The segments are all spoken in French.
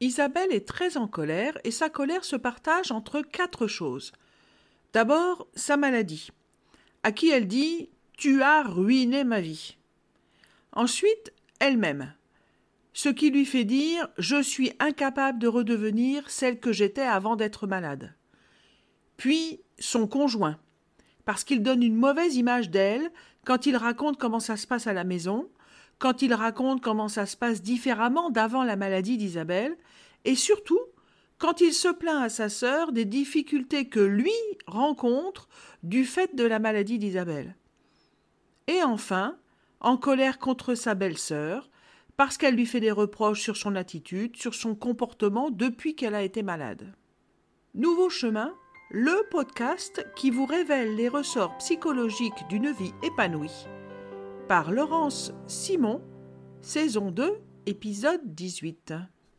Isabelle est très en colère et sa colère se partage entre 4 choses. D'abord, sa maladie, à qui elle dit « Tu as ruiné ma vie ». Ensuite, elle-même, ce qui lui fait dire « Je suis incapable de redevenir celle que j'étais avant d'être malade ». Puis, son conjoint, parce qu'il donne une mauvaise image d'elle quand il raconte comment ça se passe à la maison, quand il raconte comment ça se passe différemment d'avant la maladie d'Isabelle, et surtout quand il se plaint à sa sœur des difficultés que lui rencontre du fait de la maladie d'Isabelle. Et enfin, en colère contre sa belle-sœur, parce qu'elle lui fait des reproches sur son attitude, sur son comportement depuis qu'elle a été malade. Nouveau chemin, le podcast qui vous révèle les ressorts psychologiques d'une vie épanouie, par Laurence Simon, saison 2, épisode 18.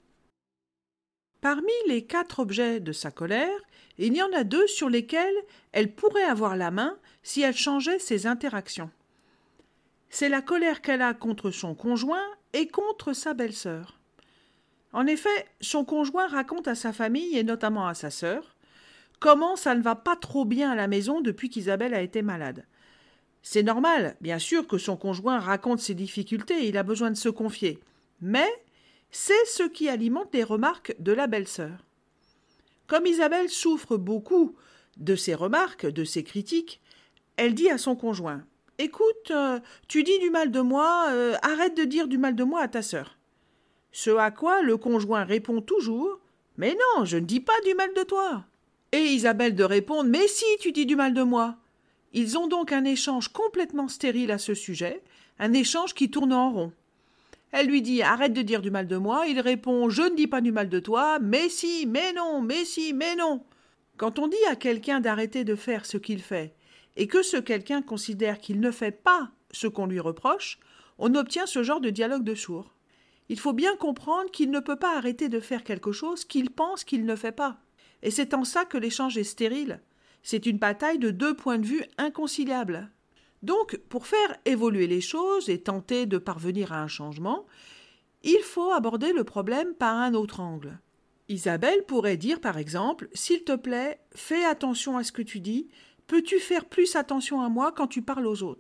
Parmi les 4 objets de sa colère, il y en a 2 sur lesquels elle pourrait avoir la main si elle changeait ses interactions. C'est la colère qu'elle a contre son conjoint et contre sa belle-sœur. En effet, son conjoint raconte à sa famille, et notamment à sa sœur, comment ça ne va pas trop bien à la maison depuis qu'Isabelle a été malade. C'est normal, bien sûr, que son conjoint raconte ses difficultés, il a besoin de se confier. Mais c'est ce qui alimente les remarques de la belle-sœur. Comme Isabelle souffre beaucoup de ces remarques, de ces critiques, elle dit à son conjoint « Écoute, tu dis du mal de moi, arrête de dire du mal de moi à ta sœur. » Ce à quoi le conjoint répond toujours « Mais non, je ne dis pas du mal de toi. » Et Isabelle de répondre « Mais si, tu dis du mal de moi. » Ils ont donc un échange complètement stérile à ce sujet, un échange qui tourne en rond. Elle lui dit « Arrête de dire du mal de moi ». Il répond « Je ne dis pas du mal de toi, mais si, mais non, mais si, mais non ». Quand on dit à quelqu'un d'arrêter de faire ce qu'il fait, et que ce quelqu'un considère qu'il ne fait pas ce qu'on lui reproche, on obtient ce genre de dialogue de sourds. Il faut bien comprendre qu'il ne peut pas arrêter de faire quelque chose qu'il pense qu'il ne fait pas. Et c'est en ça que l'échange est stérile. C'est une bataille de 2 points de vue inconciliables. Donc, pour faire évoluer les choses et tenter de parvenir à un changement, il faut aborder le problème par un autre angle. Isabelle pourrait dire par exemple « S'il te plaît, fais attention à ce que tu dis, peux-tu faire plus attention à moi quand tu parles aux autres ?»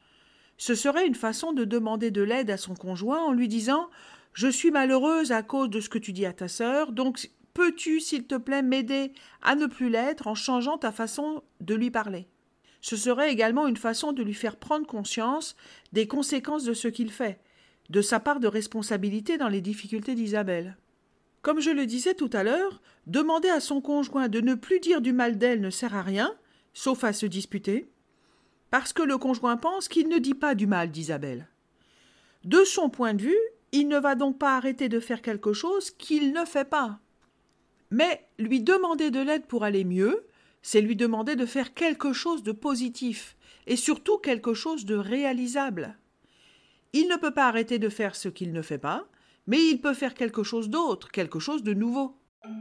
Ce serait une façon de demander de l'aide à son conjoint en lui disant « Je suis malheureuse à cause de ce que tu dis à ta sœur, donc peux-tu, s'il te plaît, m'aider à ne plus l'être en changeant ta façon de lui parler ?» Ce serait également une façon de lui faire prendre conscience des conséquences de ce qu'il fait, de sa part de responsabilité dans les difficultés d'Isabelle. Comme je le disais tout à l'heure, demander à son conjoint de ne plus dire du mal d'elle ne sert à rien, sauf à se disputer, parce que le conjoint pense qu'il ne dit pas du mal d'Isabelle. De son point de vue, il ne va donc pas arrêter de faire quelque chose qu'il ne fait pas. Mais lui demander de l'aide pour aller mieux, c'est lui demander de faire quelque chose de positif et surtout quelque chose de réalisable. Il ne peut pas arrêter de faire ce qu'il ne fait pas, mais il peut faire quelque chose d'autre, quelque chose de nouveau.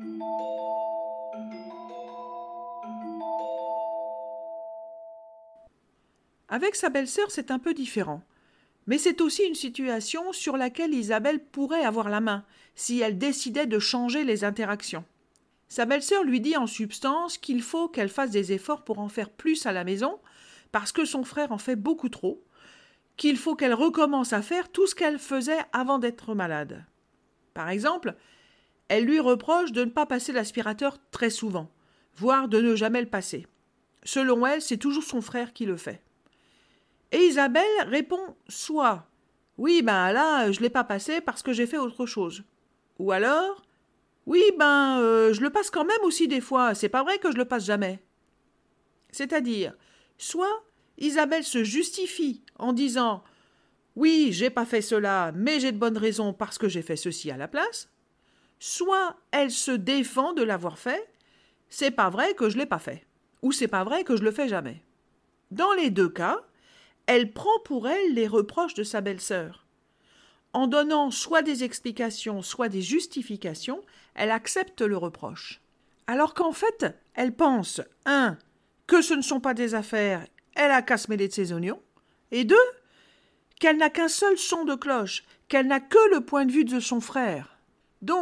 Avec sa belle-sœur, c'est un peu différent. Mais c'est aussi une situation sur laquelle Isabelle pourrait avoir la main, si elle décidait de changer les interactions. Sa belle-sœur lui dit en substance qu'il faut qu'elle fasse des efforts pour en faire plus à la maison, parce que son frère en fait beaucoup trop, qu'il faut qu'elle recommence à faire tout ce qu'elle faisait avant d'être malade. Par exemple, elle lui reproche de ne pas passer l'aspirateur très souvent, voire de ne jamais le passer. Selon elle, c'est toujours son frère qui le fait. Et Isabelle répond soit « Oui, là, je ne l'ai pas passé parce que j'ai fait autre chose. » Ou alors « Oui, je le passe quand même aussi des fois, c'est pas vrai que je le passe jamais. » C'est-à-dire, soit Isabelle se justifie en disant « Oui, j'ai pas fait cela, mais j'ai de bonnes raisons parce que j'ai fait ceci à la place. » Soit elle se défend de l'avoir fait « C'est pas vrai que je l'ai pas fait. » Ou « C'est pas vrai que je le fais jamais. » Dans les 2 cas, elle prend pour elle les reproches de sa belle-sœur. En donnant soit des explications, soit des justifications, elle accepte le reproche. Alors qu'en fait, elle pense 1. Que ce ne sont pas des affaires, elle a qu'à se mêler de ses oignons, et 2. Qu'elle n'a qu'un seul son de cloche, qu'elle n'a que le point de vue de son frère. Donc,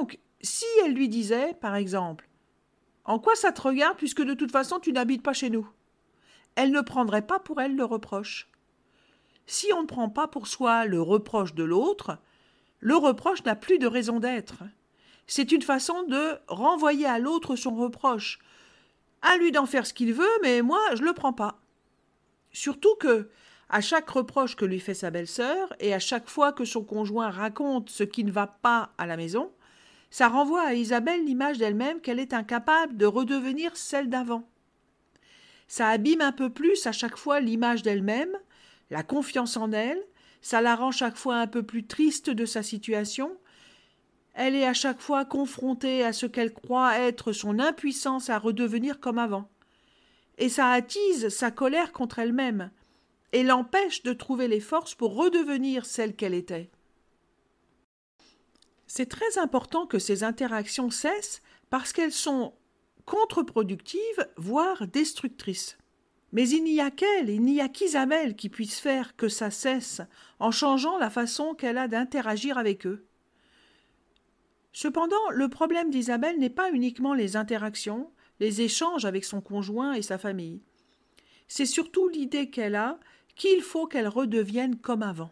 Si elle lui disait, par exemple, « En quoi ça te regarde puisque de toute façon tu n'habites pas chez nous ?» Elle ne prendrait pas pour elle le reproche. Si on ne prend pas pour soi le reproche de l'autre, le reproche n'a plus de raison d'être. C'est une façon de renvoyer à l'autre son reproche. À lui d'en faire ce qu'il veut, mais moi, je ne le prends pas. Surtout que, à chaque reproche que lui fait sa belle-sœur, et à chaque fois que son conjoint raconte ce qui ne va pas à la maison, ça renvoie à Isabelle l'image d'elle-même qu'elle est incapable de redevenir celle d'avant. Ça abîme un peu plus à chaque fois l'image d'elle-même, la confiance en elle, ça la rend chaque fois un peu plus triste de sa situation. Elle est à chaque fois confrontée à ce qu'elle croit être son impuissance à redevenir comme avant. Et ça attise sa colère contre elle-même et l'empêche de trouver les forces pour redevenir celle qu'elle était. C'est très important que ces interactions cessent parce qu'elles sont contre-productives, voire destructrices. Mais il n'y a qu'elle, il n'y a qu'Isabelle qui puisse faire que ça cesse en changeant la façon qu'elle a d'interagir avec eux. Cependant, le problème d'Isabelle n'est pas uniquement les interactions, les échanges avec son conjoint et sa famille. C'est surtout l'idée qu'elle a qu'il faut qu'elle redevienne comme avant.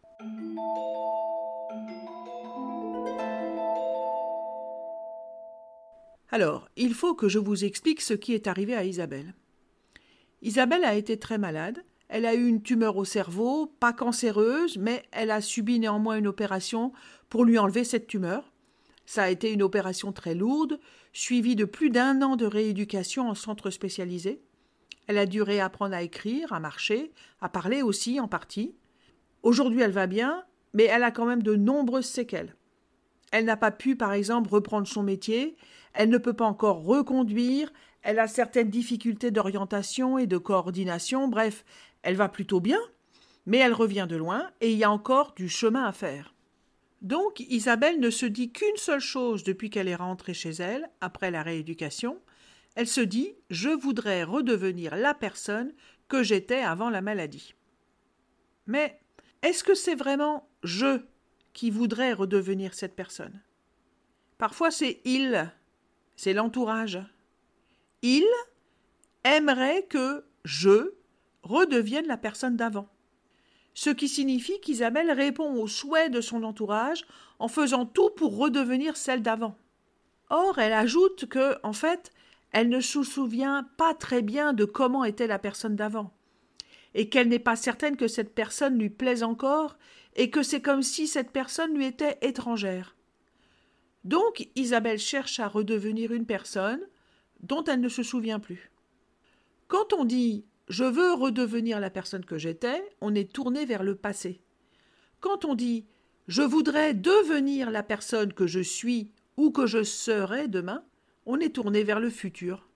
Alors, il faut que je vous explique ce qui est arrivé à Isabelle. Isabelle a été très malade. Elle a eu une tumeur au cerveau, pas cancéreuse, mais elle a subi néanmoins une opération pour lui enlever cette tumeur. Ça a été une opération très lourde, suivie de plus d'1 an de rééducation en centre spécialisé. Elle a dû réapprendre à écrire, à marcher, à parler aussi en partie. Aujourd'hui, elle va bien, mais elle a quand même de nombreuses séquelles. Elle n'a pas pu, par exemple, reprendre son métier, elle ne peut pas encore reconduire, elle a certaines difficultés d'orientation et de coordination, bref, elle va plutôt bien, mais elle revient de loin et il y a encore du chemin à faire. Donc, Isabelle ne se dit qu'une seule chose depuis qu'elle est rentrée chez elle, après la rééducation. Elle se dit « Je voudrais redevenir la personne que j'étais avant la maladie ». Mais est-ce que c'est vraiment « je » qui voudrait redevenir cette personne ? Parfois, c'est « il », c'est l'entourage. Il aimerait que « je » redevienne la personne d'avant. Ce qui signifie qu'Isabelle répond aux souhaits de son entourage en faisant tout pour redevenir celle d'avant. Or, elle ajoute que, en fait, elle ne se souvient pas très bien de comment était la personne d'avant, et qu'elle n'est pas certaine que cette personne lui plaise encore, et que c'est comme si cette personne lui était étrangère. Donc, Isabelle cherche à redevenir une personne dont elle ne se souvient plus. Quand on dit « je veux redevenir la personne que j'étais », on est tourné vers le passé. Quand on dit « je voudrais devenir la personne que je suis ou que je serai demain », on est tourné vers le futur.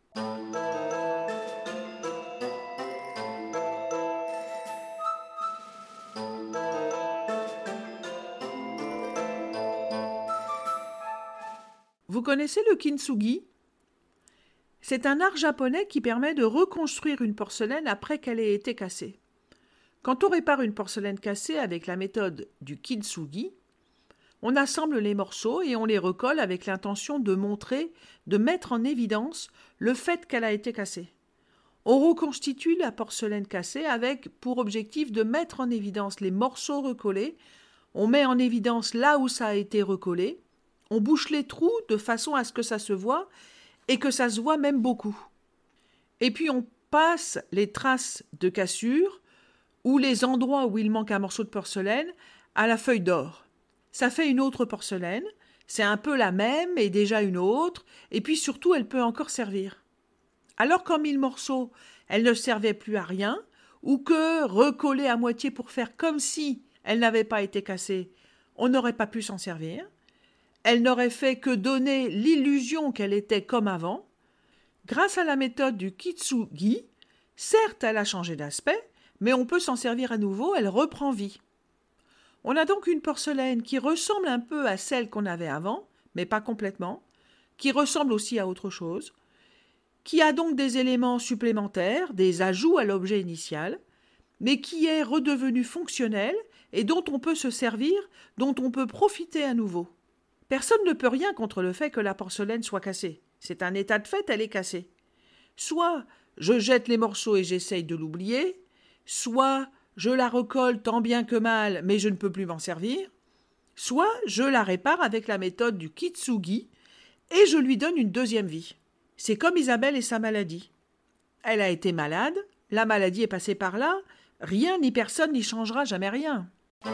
Vous connaissez le kintsugi ? C'est un art japonais qui permet de reconstruire une porcelaine après qu'elle ait été cassée. Quand on répare une porcelaine cassée avec la méthode du kintsugi, on assemble les morceaux et on les recolle avec l'intention de montrer, de mettre en évidence le fait qu'elle a été cassée. On reconstitue la porcelaine cassée avec pour objectif de mettre en évidence les morceaux recollés, on met en évidence là où ça a été recollé, on bouche les trous de façon à ce que ça se voit et que ça se voit même beaucoup. Et puis on passe les traces de cassure ou les endroits où il manque un morceau de porcelaine à la feuille d'or. Ça fait une autre porcelaine, c'est un peu la même et déjà une autre, et puis surtout elle peut encore servir. Alors qu'en 1000 morceaux, elle ne servait plus à rien, ou que recollée à moitié pour faire comme si elle n'avait pas été cassée, on n'aurait pas pu s'en servir. Elle n'aurait fait que donner l'illusion qu'elle était comme avant. Grâce à la méthode du kintsugi, certes elle a changé d'aspect, mais on peut s'en servir à nouveau, elle reprend vie. On a donc une porcelaine qui ressemble un peu à celle qu'on avait avant, mais pas complètement, qui ressemble aussi à autre chose, qui a donc des éléments supplémentaires, des ajouts à l'objet initial, mais qui est redevenue fonctionnelle et dont on peut se servir, dont on peut profiter à nouveau. Personne ne peut rien contre le fait que la porcelaine soit cassée. C'est un état de fait, elle est cassée. Soit je jette les morceaux et j'essaye de l'oublier, soit je la recolle tant bien que mal, mais je ne peux plus m'en servir, soit je la répare avec la méthode du kintsugi et je lui donne une deuxième vie. C'est comme Isabelle et sa maladie. Elle a été malade, la maladie est passée par là, rien ni personne n'y changera jamais rien.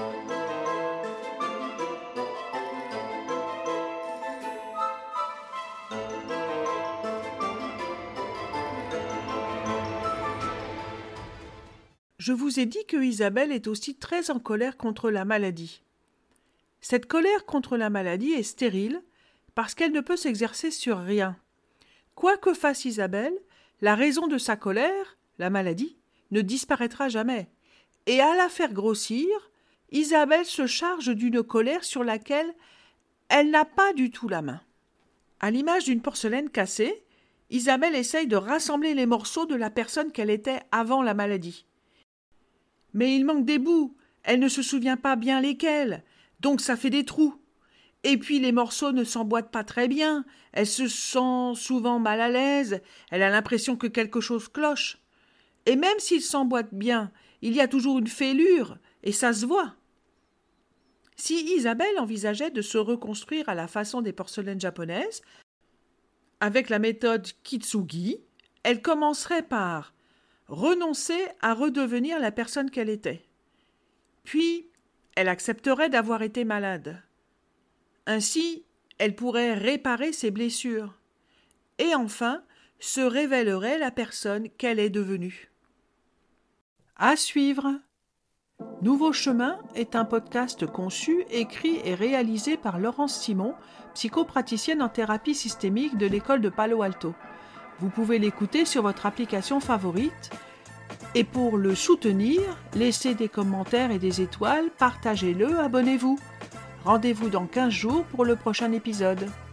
Je vous ai dit que Isabelle est aussi très en colère contre la maladie. Cette colère contre la maladie est stérile parce qu'elle ne peut s'exercer sur rien. Quoi que fasse Isabelle, la raison de sa colère, la maladie, ne disparaîtra jamais. Et à la faire grossir, Isabelle se charge d'une colère sur laquelle elle n'a pas du tout la main. À l'image d'une porcelaine cassée, Isabelle essaye de rassembler les morceaux de la personne qu'elle était avant la maladie. Mais il manque des bouts, elle ne se souvient pas bien lesquels, donc ça fait des trous. Et puis les morceaux ne s'emboîtent pas très bien, elle se sent souvent mal à l'aise, elle a l'impression que quelque chose cloche. Et même s'ils s'emboîtent bien, il y a toujours une fêlure, et ça se voit. Si Isabelle envisageait de se reconstruire à la façon des porcelaines japonaises, avec la méthode kintsugi, elle commencerait par renoncer à redevenir la personne qu'elle était. Puis, elle accepterait d'avoir été malade. Ainsi, elle pourrait réparer ses blessures. Et enfin, se révélerait la personne qu'elle est devenue. À suivre. Nouveau chemin est un podcast conçu, écrit et réalisé par Laurence Simon, psychopraticienne en thérapie systémique de l'école de Palo Alto. Vous pouvez l'écouter sur votre application favorite. Et pour le soutenir, laissez des commentaires et des étoiles, partagez-le, abonnez-vous. Rendez-vous dans 15 jours pour le prochain épisode.